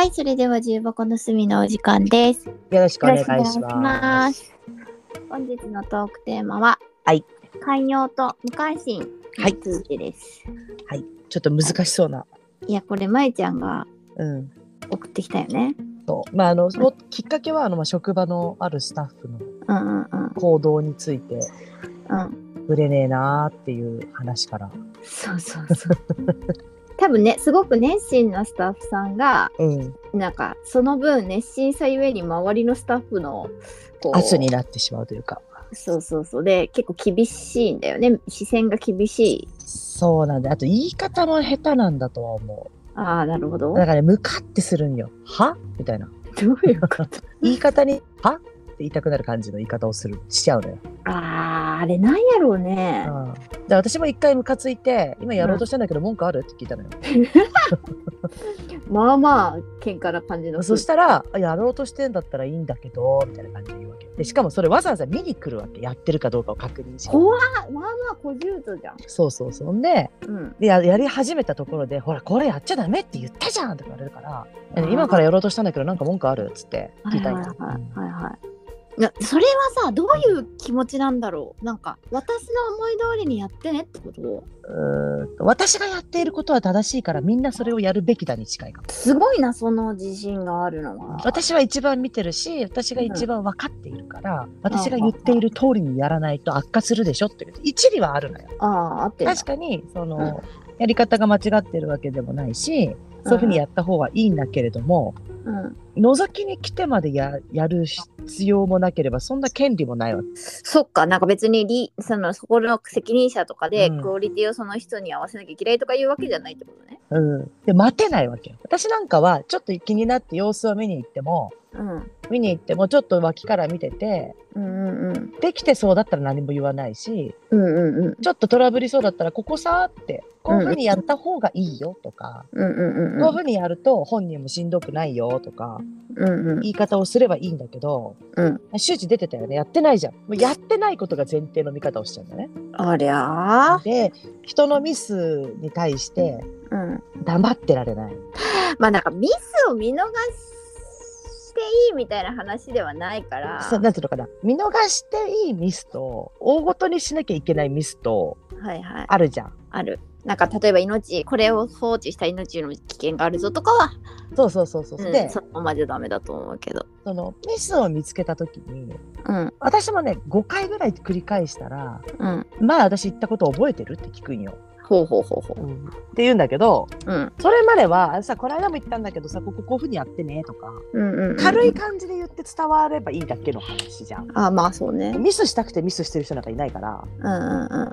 はい、それでは重箱の隅のお時間です。 よろしくお願いしよろしくお願ます。 いします。本日のトークテーマは、 はい。 寛容と無関心についてです。 はい。ちょっと難しそうな。 いや、これ、まえちゃんがうん。 送ってきたよね。 そう。きっかけは、職場のあるスタッフのうんうんうん。 行動について、 うん。 ぶれねえなーっていう話から。 そうそうそう。多分ね、すごく熱心なスタッフさんが、 うん。 なんか、その分熱心さゆえに周りのスタッフの、 圧になってしまうというか。 そうそうそう。で、結構厳しいんだよね。視線が厳しい。 そうなんで、あと言い方も下手なんだとは思う。 ああ、なるほど。 だからね、ムカってするんよ。はみたいな。 どういうこと言い方に、はって言いたくなる感じの言い方をしちゃうのよ。 あれなんやろうね。 で、私も一回ムカついて、今やろうとしてんだけど、文句あるって聞いたのよ。 まあまあ喧嘩な感じの。 そしたら、やろうとしてんだったらいいんだけどみたいな感じで言うわけで、しかもそれわざわざ見に来るわけ、やってるかどうかを確認して。 怖っ、まあまあ小獣とじゃん。 そうそうそう。で、やり始めたところで、ほらこれやっちゃダメって言ったじゃんって言われるから、今からやろうとしたんだけどなんか文句あるっつって聞いたんよ。 それはさ、どういう気持ちなんだろう。なんか私の思い通りにやってねってこと？ 私がやっていることは正しいからみんなそれをやるべきだに近いかも。 すごいな、その自信があるのは。 私は一番見てるし、私が一番分かっているから、私が言っている通りにやらないと悪化するでしょっていう一理はあるのよ。 あって確かにやり方が間違ってるわけでもないし、そういうふうにやった方がいいんだけれども、覗きに来てまでやる必要もなければそんな権利もないわけ。 そっか、なんか別にそこの責任者とかでクオリティをその人に合わせなきゃいけないとかいうわけじゃないってことね。 で待てないわけよ。私なんかはちょっと気になって様子を見に行っても、ちょっと脇から見てて、できてそうだったら何も言わないし、ちょっとトラブりそうだったらここさーってこういうふうにやった方がいいよとか、こういうふうにやると本人もしんどくないよとか、言い方をすればいいんだけど、周知出てたよね、やってないじゃん。もうやってないことが前提の見方をしちゃうんだね。ありゃー。で、人のミスに対して黙ってられない。まあなんかミスを見逃していいみたいな話ではないから、なんていうのかな、見逃していいミスと大ごとにしなきゃいけないミスとあるじゃん。 ある。なんか例えばこれを放置した命の危険があるぞとかは、 そうで、 そこまでダメだと思うけど、 そのミスを見つけた時に、私もね5回ぐらい繰り返したら、まあ私言ったこと覚えてるって聞くんよ。って言うんだけど、それまではさ、この間も言ったんだけどさ、こういうふうにやってねとか、軽い感じで言って伝わればいいだけの話じゃん。まあそうね。ミスしたくてミスしてる人なんかいないから。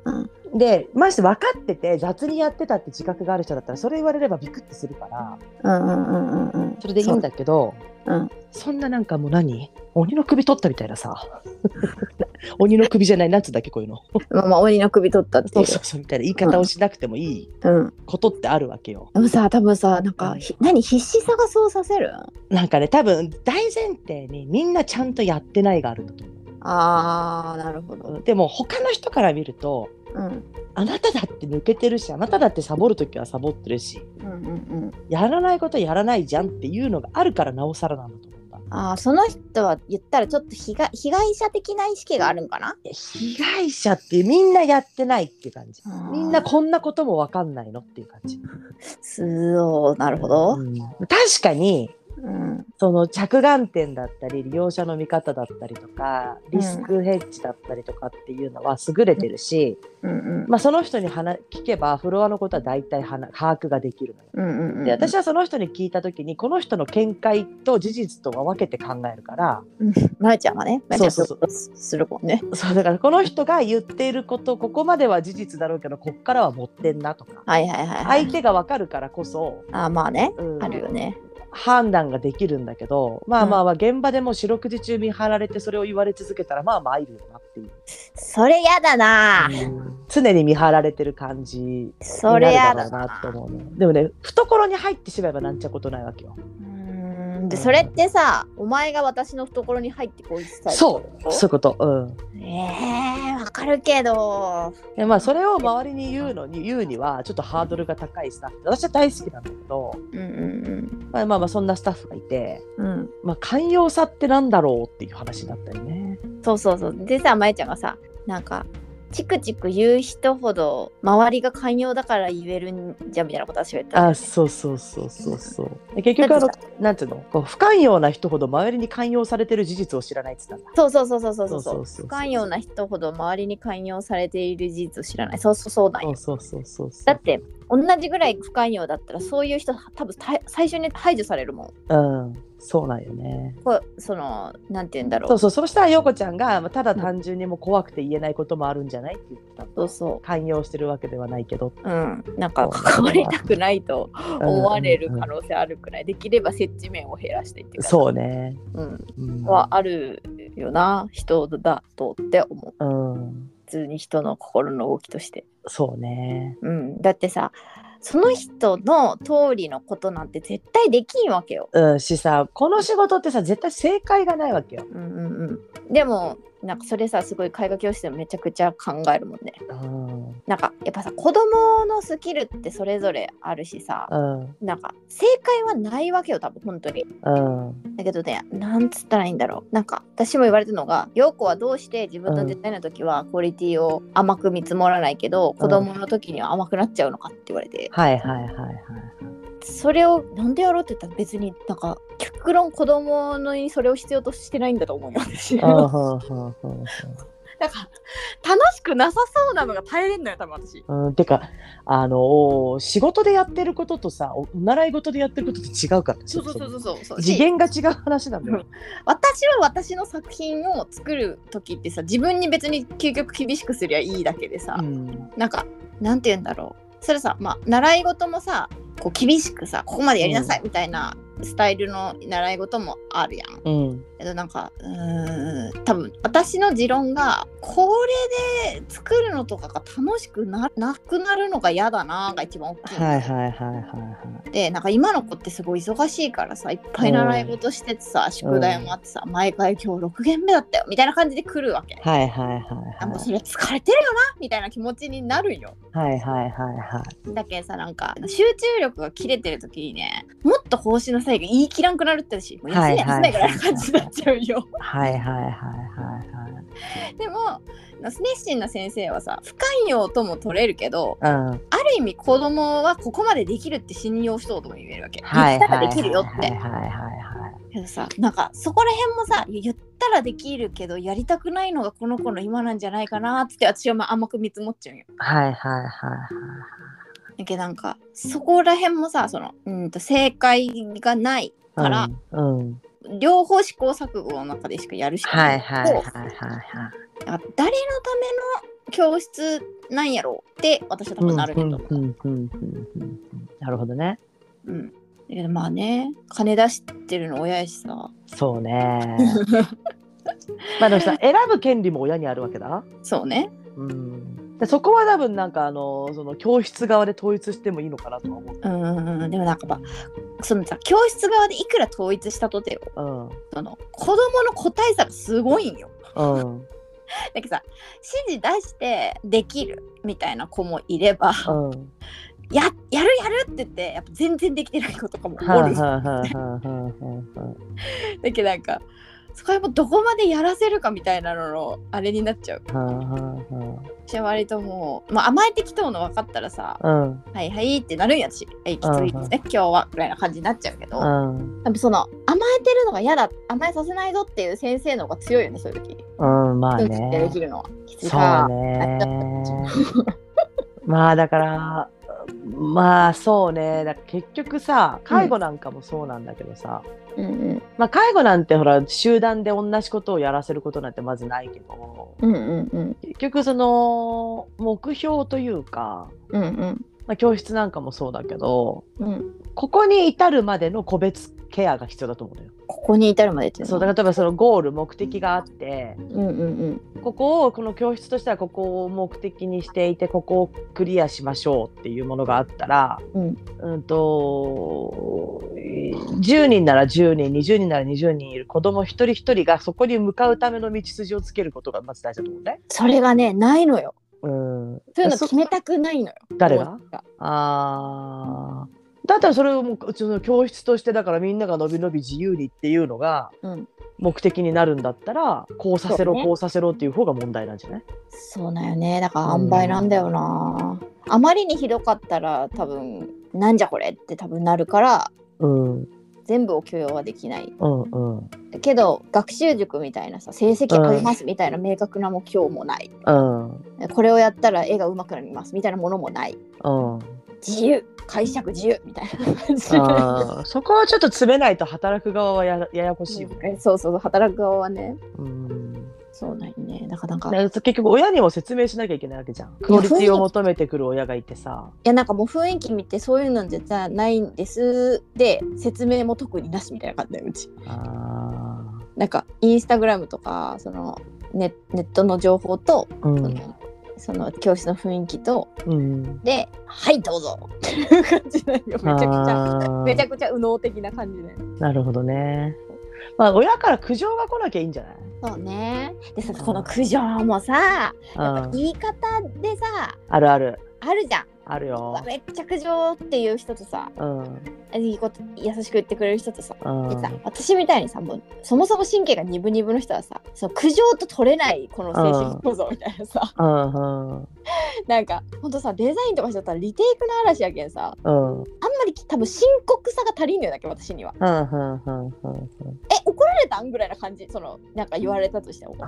で、まして分かってて雑にやってたって自覚がある人だったらそれ言われればビクッてするから、それでいいんだけど、そんななんかもう鬼の首取ったみたいなさ鬼の首じゃない、なんつうんだっけこういうのまあ鬼の首取ったっていう、そうみたいな言い方をしなくてもいいことってあるわけよ。でもさ、多分さ、なんか必死さがそうさせる、なんかね、多分大前提にみんなちゃんとやってないがあるんだと思う。なるほど。でも他の人から見ると、あなただって抜けてるし、あなただってサボるときはサボってるし、やらないことやらないじゃんっていうのがあるからなおさらなんだと思うんだ。その人は言ったらちょっと被害者的な意識があるんかな。被害者ってみんなやってないっていう感じ。みんなこんなことも分かんないのっていう感じ。なるほど。確かにその着眼点だったり利用者の見方だったりとかリスクヘッジだったりとかっていうのは優れてるし、まあその人に聞けばフロアのことは大体把握ができるのよ。で、私はその人に聞いた時にこの人の見解と事実とは分けて考えるから、まえちゃんはね、するもんね。そうだからこの人が言っていることここまでは事実だろうけどこっからは持ってんなとか、相手が分かるからこそまあね、あるよね。判断ができるんだけど、まあ現場でも四六時中見張られてそれを言われ続けたらまあいるよなっていう。それやだな、常に見張られてる感じになるだろうなと思うね。でもね、懐に入ってしまえばなんちゃことないわけよ。 でそれってさ、お前が私の懐に入ってこいってさ、 そういうこと。 わかるけど、 まあそれを周りに言うにはちょっとハードルが高いスタッフ、私は大好きなんだけど、まあそんなスタッフがいて、まあ寛容さってなんだろうっていう話だったよね。 そうでさ、まえちゃんがさ、なんかチクチク言う人ほど周りが寛容だから言えるんじゃみたいなことは言った、ね。 そう。結局なんていうの、こう不寛容な人ほど周りに寛容されてる事実を知らないって言ったんだ。そう。不寛容な人ほど周りに寛容されている事実を知らない。そうなんよ。だって同じぐらい不寛容だったらそういう人多分最初に排除されるもん。 そうなんよね。 なんて言うんだろう。 そうしたら陽子ちゃんがただ単純にも怖くて言えないこともあるんじゃないって言った。寛容してるわけではないけど。 なんか関わりたくないと思われる可能性あるくらい、できれば接地面を減らしていってください。そうね。はあるよな、人だとって思う。普通に人の心の動きとして。 そうね。 だってさ、その人の通りのことなんて絶対できんわけよ。 しさ、この仕事ってさ、絶対正解がないわけよ。 でもなんかそれさ、すごい絵画教室でもめちゃくちゃ考えるもんね。なんかやっぱさ、子供のスキルってそれぞれあるしさ、なんか正解はないわけよ、多分本当に。だけどね、なんつったらいいんだろう。なんか私も言われたのが、陽子はどうして自分のデザインの時はクオリティを甘く見積もらないけど、子供の時には甘くなっちゃうのかって言われて。それをなんでやろうって言ったら、別になんか極論子供にそれを必要としてないんだと思うよ、私。なんか楽しくなさそうなのが耐えれんのよ、多分私。 てか仕事でやってることとさ、お習い事でやってることと違うから。そう次元が違う話なんだよ。 私は私の作品を作る時ってさ、自分に別に究極厳しくすりゃいいだけでさ、なんかなんて言うんだろう、それさ、まあ習い事もさ、こう厳しくさ、ここまでやりなさいみたいなスタイルの習い事もあるやん。けどなんか多分私の持論が、これで作るのとかが楽しくなくなるのが嫌だなが一番大きい。でなんか今の子ってすごい忙しいからさ、いっぱい習い事しててさ、宿題もあってさ、毎回今日6限目だったよみたいな感じで来るわけ。もうそれ疲れてるよなみたいな気持ちになるよ。だけどさ、なんか集中力が切れてる時にね、もっとこうしなさいが言い切らんくなるってし、もう休めぐらいな感じになっちゃうよ。でも熱心な先生はさ、不寛容とも取れるけど、ある意味子供はここまでできるって信用しとうとも言えるわけ。言ったらできるよって。けどさ、なんかそこら辺もさ、言ったらできるけどやりたくないのがこの子の今なんじゃないかなって私は甘く見積もっちゃうよ。だけどなんかそこら辺もさ、正解がないから、両方試行錯誤の中でしかやるしかない。誰のための教室なんやろうって私は多分なるけど。 なるほどね。 だけどまあね、金出してるの親やしさ。 そうね。まあでもさ、選ぶ権利も親にあるわけだ。 そうね。 そこは多分なんかその教室側で統一してもいいのかなとは思う。 でもなんかそのさ、教室側でいくら統一したとてよ、子供の個体差がすごいんよ。だけどさ、指示出してできるみたいな子もいれば、やるって言ってやっぱ全然できてない子とかもおる。だけどなんかそこはもうどこまでやらせるかみたいなののあれになっちゃう。私は割ともう、甘えてきとうの分かったらさ、はいはいってなるんやし、きついですね今日はぐらいな感じになっちゃうけど、多分その甘えてるのが嫌だ、甘えさせないぞっていう先生の方が強いよね、そういう時。 まあね。 できるのはきついからね。まあだからまあそうね、だから結局さ、介護なんかもそうなんだけどさ、まあ介護なんてほら集団で同じことをやらせることなんてまずないけど、結局その目標というか、まあ、教室なんかもそうだけど、ここに至るまでの個別ケアが必要だと思うのよ。 ここに至るまでっていうの。 そうだから例えばそのゴール目的があって、この教室としてはここを目的にしていて、ここをクリアしましょうっていうものがあったら、10人なら10人、20人なら20人いる子供一人一人がそこに向かうための道筋をつけることがまず大事だと思うね。 それがね、ないのよ。そういうの決めたくないのよ。 誰が？だったらそれをもうその教室としてだからみんながのびのび自由にっていうのが目的になるんだったら、こうさせろ、こうさせろっていう方が問題なんじゃない？ そうだよね。だから塩梅なんだよな。あまりにひどかったら多分なんじゃこれって多分なるから、全部を許容はできない。けど学習塾みたいなさ、成績上げますみたいな明確な目標もない。これをやったら絵が上手くなりますみたいなものもない。自由、解釈自由みたいな感じ。 そこはちょっと詰めないと働く側はややこしいよね。 そう働く側はね。そうだよね。だから結局親にも説明しなきゃいけないわけじゃん。クオリティを求めてくる親がいてさ。 いやなんかもう雰囲気見てそういうのじゃないんですで、説明も特になしみたいな感じだようち。なんかインスタグラムとかそのネットの情報と、その教室の雰囲気と、ではいどうぞっていう感じだよ。めちゃくちゃ右脳的な感じだよ。 なるほどね。まあ親から苦情が来なきゃいいんじゃない？ そうね。でさ、この苦情もさ、やっぱ言い方でさ、あるじゃん。 あるよ。 めっちゃ苦情っていう人とさ、いいこと優しく言ってくれる人とさ、でさ、私みたいにさ、もうそもそも神経が鈍々の人はさ、その苦情と取れないこの精神構造みたいなさ、なんかほんとさ、デザインとかしちゃったらリテイクの嵐やけんさ、あんまり多分深刻さが足りんのよだけ私には。怒られたんぐらいな感じ、そのなんか言われたとしても、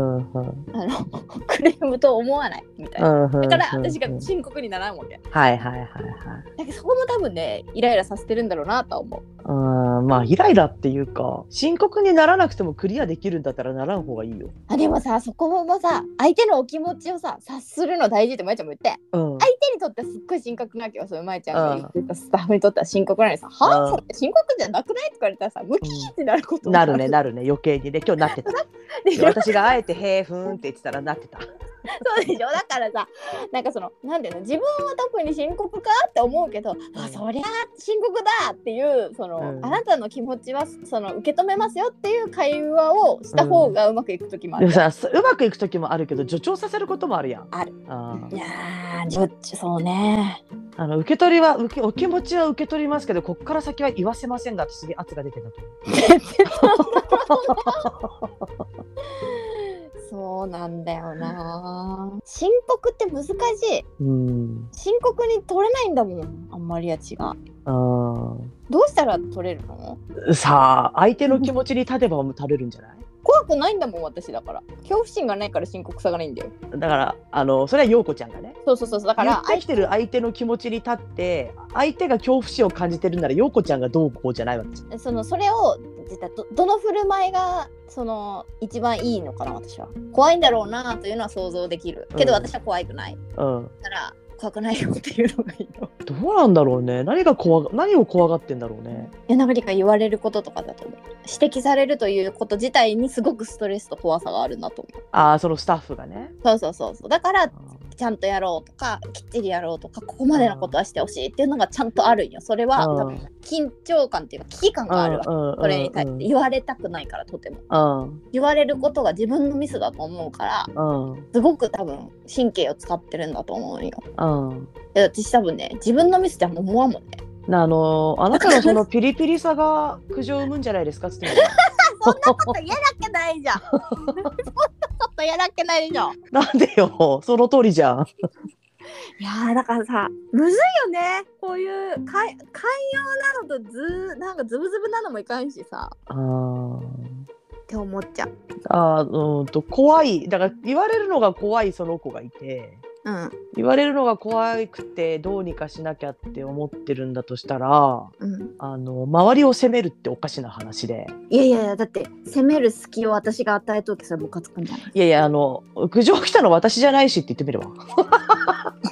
クレームと思わないみたいな。だから私が深刻にならんわけ。だけどそこも多分ね、イライラさせてるんだろうなとは思う。 まあイライラっていうか、深刻にならなくてもクリアできるんだったらならん方がいいよ。 でもさ、そこもさ、相手のお気持ちをさ察するの大事ってまいちゃんも言って、相手にとってはすっごい深刻なわけよ。そのまいちゃんが言ってたスタッフにとっては深刻なのにさ、それ深刻じゃなくないとか言われたらさ、ムキーってなることなるね余計にね。今日なってた。私があえてへーふーんって言ってたらなってた。 そうでしょ。だからさ、なんかそのなんていうの、自分は特に深刻かって思うけど、そりゃ深刻だっていうその、あなたの気持ちはその受け止めますよっていう会話をした方がうまくいく時もある。 でもさ、うまくいく時もあるけど助長させることもあるやん。 ある。いやそうね。 受け取りはお気持ちは受け取りますけど、こっから先は言わせませんがってすげえ圧が出てたとそうなんだよな。深刻って難しい。深刻に取れないんだもん、あんまりやちが。どうしたら取れるの？ さあ、相手の気持ちに立てば取れるんじゃない？ 怖くないんだもん私。だから恐怖心がないから深刻さがないんだよ。 だからそれは陽子ちゃんがね。 そうだから生きてる相手の気持ちに立って相手が恐怖心を感じてるなら陽子ちゃんがどうこうじゃないわけじゃん。 それをどの振る舞いがその一番いいのかな。私は怖いんだろうなというのは想像できるけど、私は怖くない。だから怖くないよっていうのがいいの。 どうなんだろうね。何を怖がってんだろうね。 何か言われることとかだと思う。指摘されるということ自体にすごくストレスと怖さがあるなと思う。 そのスタッフがね。 そうだからちゃんとやろうとかきっちりやろうとかここまでのことはしてほしいっていうのがちゃんとあるんよ。それは多分緊張感っていうか危機感があるわけ。それに対して言われたくないから、とても言われることが自分のミスだと思うから、すごく多分神経を使ってるんだと思うよ。私多分ね、自分のミスじゃ思わんもんね。 あなたのそのピリピリさが苦情を生むんじゃないですかって言ってそんなことやらけないじゃん。そんなことやらけないじゃん。 なんでよ、その通りじゃん。 いやだからさ、むずいよね。こういう寛容なのとなんかズブズブなのもいかんしさ。って思っちゃう。 怖い。だから言われるのが怖いその子がいて、言われるのが怖くてどうにかしなきゃって思ってるんだとしたら、周りを責めるっておかしな話で。 いやだって責める隙を私が与えときそれムカつくんじゃない？ いや苦情来たの私じゃないしって言ってみれば。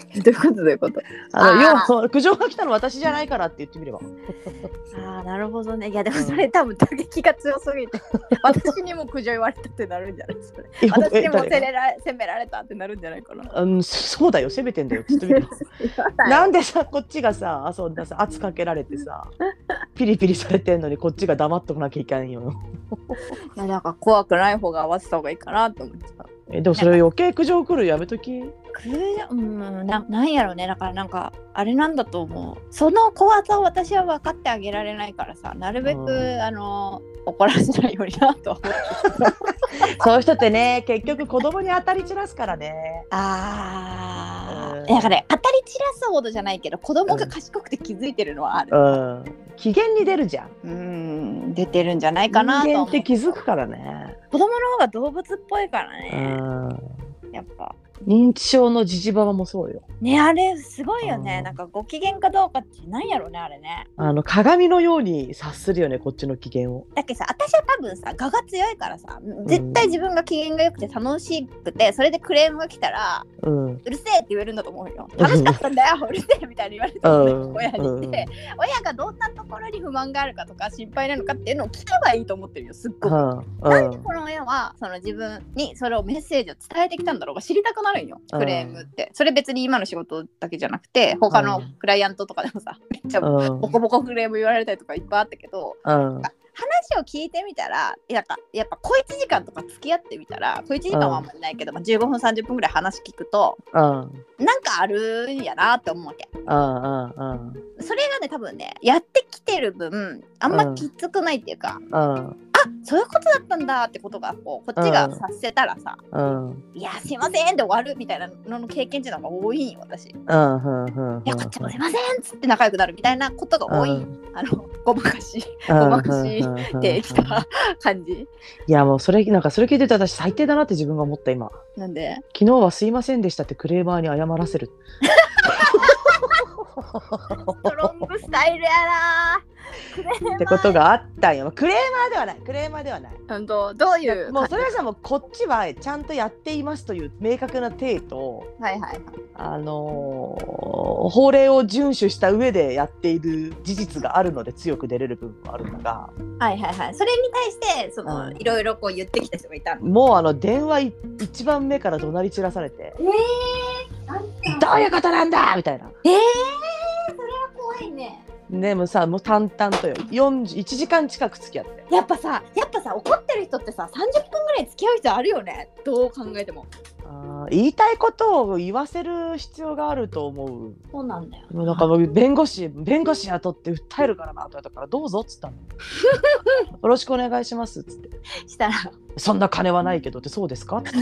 どういうこと要は苦情が来たの私じゃないからって言ってみれば。 ああ、なるほどね。いやでもそれ多分打撃が強すぎて私にも苦情言われたってなるんじゃないですか。私にも責められたってなるんじゃないかな。 そうだよ、責めてんだよって言ってみればなんでさ、こっちがさ、そんなさ圧かけられてさピリピリされてんのにこっちが黙っとかなきゃいけないよいや、なんか怖くない方が合わせた方がいいかなと思ってた。 でもそれ余計苦情来るやめとき。 なんやろうね。だからなんかあれなんだと思う。その怖さを私は分かってあげられないからさ、なるべく怒らせないようになと思ってそういう人ってね、結局子供に当たり散らすからね。 だからね、当たり散らすほどじゃないけど子供が賢くて気づいてるのはある。 機嫌に出るじゃん。 出てるんじゃないかなと思う。 人間って気づくからね。 子供の方が動物っぽいからね。やっぱ認知症のジジババもそうよね。あれすごいよね。なんかご機嫌かどうかってなんやろうね、あれね。 鏡のように察するよね、こっちの機嫌を。 だけどさ、私は多分さ、我が強いからさ、絶対自分が機嫌が良くて楽しくて、それでクレームが来たら、うるせえって言えるんだと思うよ。楽しかったんだようるせえみたいに言われてる親にいて、親がどんなところに不満があるかとか心配なのかっていうのを聞けばいいと思ってるよ、すっごく。なんでこの親はその自分にそれをメッセージを伝えてきたんだろうが知りたくなるんよ、クレームって。それ別に今の仕事だけじゃなくて他のクライアントとかでもさ、めっちゃボコボコクレーム言われたりとかいっぱいあったけど、話を聞いてみたら、やっぱ小1時間とか付き合ってみたら、小1時間はあんまりないけど、15分30分ぐらい話聞くと、なんかあるんやなって思うわけ。それがね、多分ね、やってきてる分あんまきつくないっていうか、そういうことだったんだってことがこっちが察せたらさ、いやすいませんで終わるみたいなのの経験値の方が多いんよ私。いやこっちもすいませんっつって仲良くなるみたいなことが多い。ごまかしできた感じ。 いやもうそれ聞いてて私最低だなって自分が思った今。 なんで？ 昨日はすいませんでしたってクレーマーに謝らせる。 ストロングスタイルやなってことがあったんよ。クレーマーではない。 どういうもうそれはさ、もうこっちはちゃんとやっていますという明確な体と、法令を遵守した上でやっている事実があるので強く出れる部分もあるんだが、 それに対していろいろこう言ってきた人がいたの。 もう電話一番目から怒鳴り散らされて、どういうことなんだみたいな。 それは怖いね。 でもさ、もう淡々とよ、1時間近く付き合って。 やっぱさ怒ってる人ってさ30分ぐらい付き合う必要あるよね、どう考えても。 言いたいことを言わせる必要があると思う。 そうなんだよ。 なんか弁護士雇って訴えるからなと言ったから、どうぞっつったの。よろしくお願いしますっつって。 したらそんな金はないけどって、そうですかって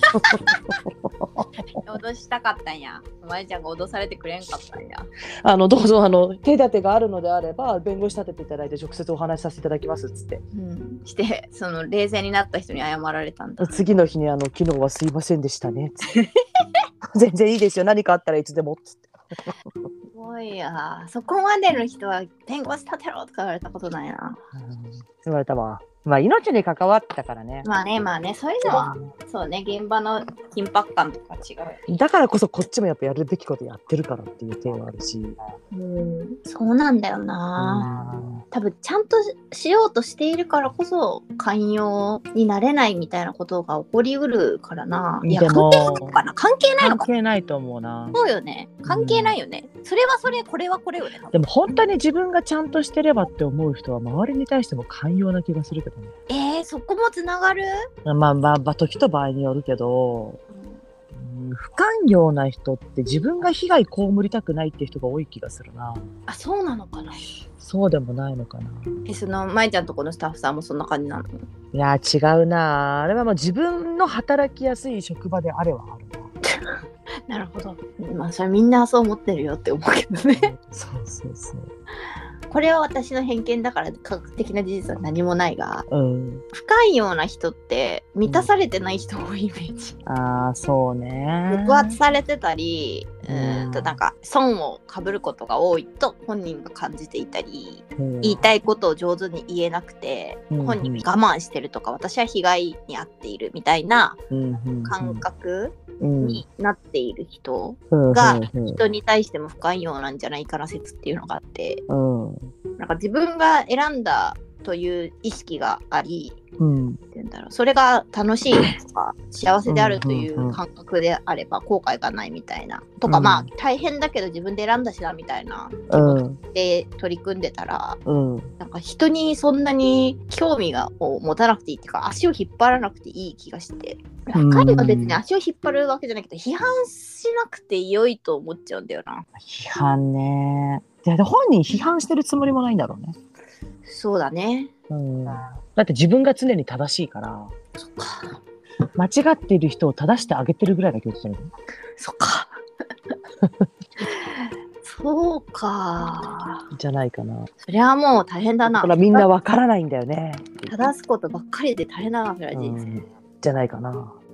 脅したかったんや。お前ちゃんが脅されてくれんかったんや。 どうぞ手立てがあるのであれば弁護士立てていただいて直接お話しさせていただきますっつって、 してその冷静になった人に謝られたんだ。 次の日に昨日はすいませんでしたねっつって全然いいですよ、何かあったらいつでもっつって。 すごいや、そこまでの人は弁護士立てろとか言われたことないな。 言われたわ。まあ命に関わったからね。 まあね、そういうのは、そうね、現場の緊迫感とか違う。 だからこそこっちもやっぱやるべきことやってるからっていう点はあるし。 そうなんだよな。多分ちゃんとしようとしているからこそ寛容になれないみたいなことが起こりうるからな。いや、関係ないのかな？関係ないのかな？ 関係ないと思うな。 そうよね。関係ないよね。それはそれ、これはこれよね。 でも本当に自分がちゃんとしてればって思う人は周りに対しても寛容な気がするけどね。 そこもつながる？ まあ時と場合によるけど、不寛容な人って自分が被害被りたくないって人が多い気がするな。 そうなのかな。 そうでもないのかな。 その舞ちゃんとこのスタッフさんもそんな感じなの？ いや違うな。あれはもう自分の働きやすい職場であれはあるな。なるほど。まあそれみんなそう思ってるよって思うけどね。 そう。 これは私の偏見だから科学的な事実は何もないが、不寛容な人って満たされてない人多いイメージ。 そうね。 抑圧されてたり、なんか損をかぶることが多いと本人が感じていたり、言いたいことを上手に言えなくて、本人が我慢してるとか、私は被害に遭っているみたいな感覚になっている人が人に対しても不寛容なんじゃないかな説っていうのがあって、なんか自分が選んだという意識があり、っていうんだろう、それが楽しいとか幸せであるという感覚であれば後悔がないみたいなとか、まあ大変だけど自分で選んだしなみたいな気持ちで取り組んでたら、なんか人にそんなに興味を持たなくていいっていうか、足を引っ張らなくていい気がして、深いは別に足を引っ張るわけじゃないけど批判しなくて良いと思っちゃうんだよな。 批判ね。で本人批判してるつもりもないんだろうね。 そうだね。 だって自分が常に正しいから。 そっか。 間違っている人を正してあげてるぐらいだけどね。 そっか。そうか。 じゃないかな。 それはもう大変だな。 だからみんなわからないんだよね。 正すことばっかりで大変だな、それは人生。 じゃないかな。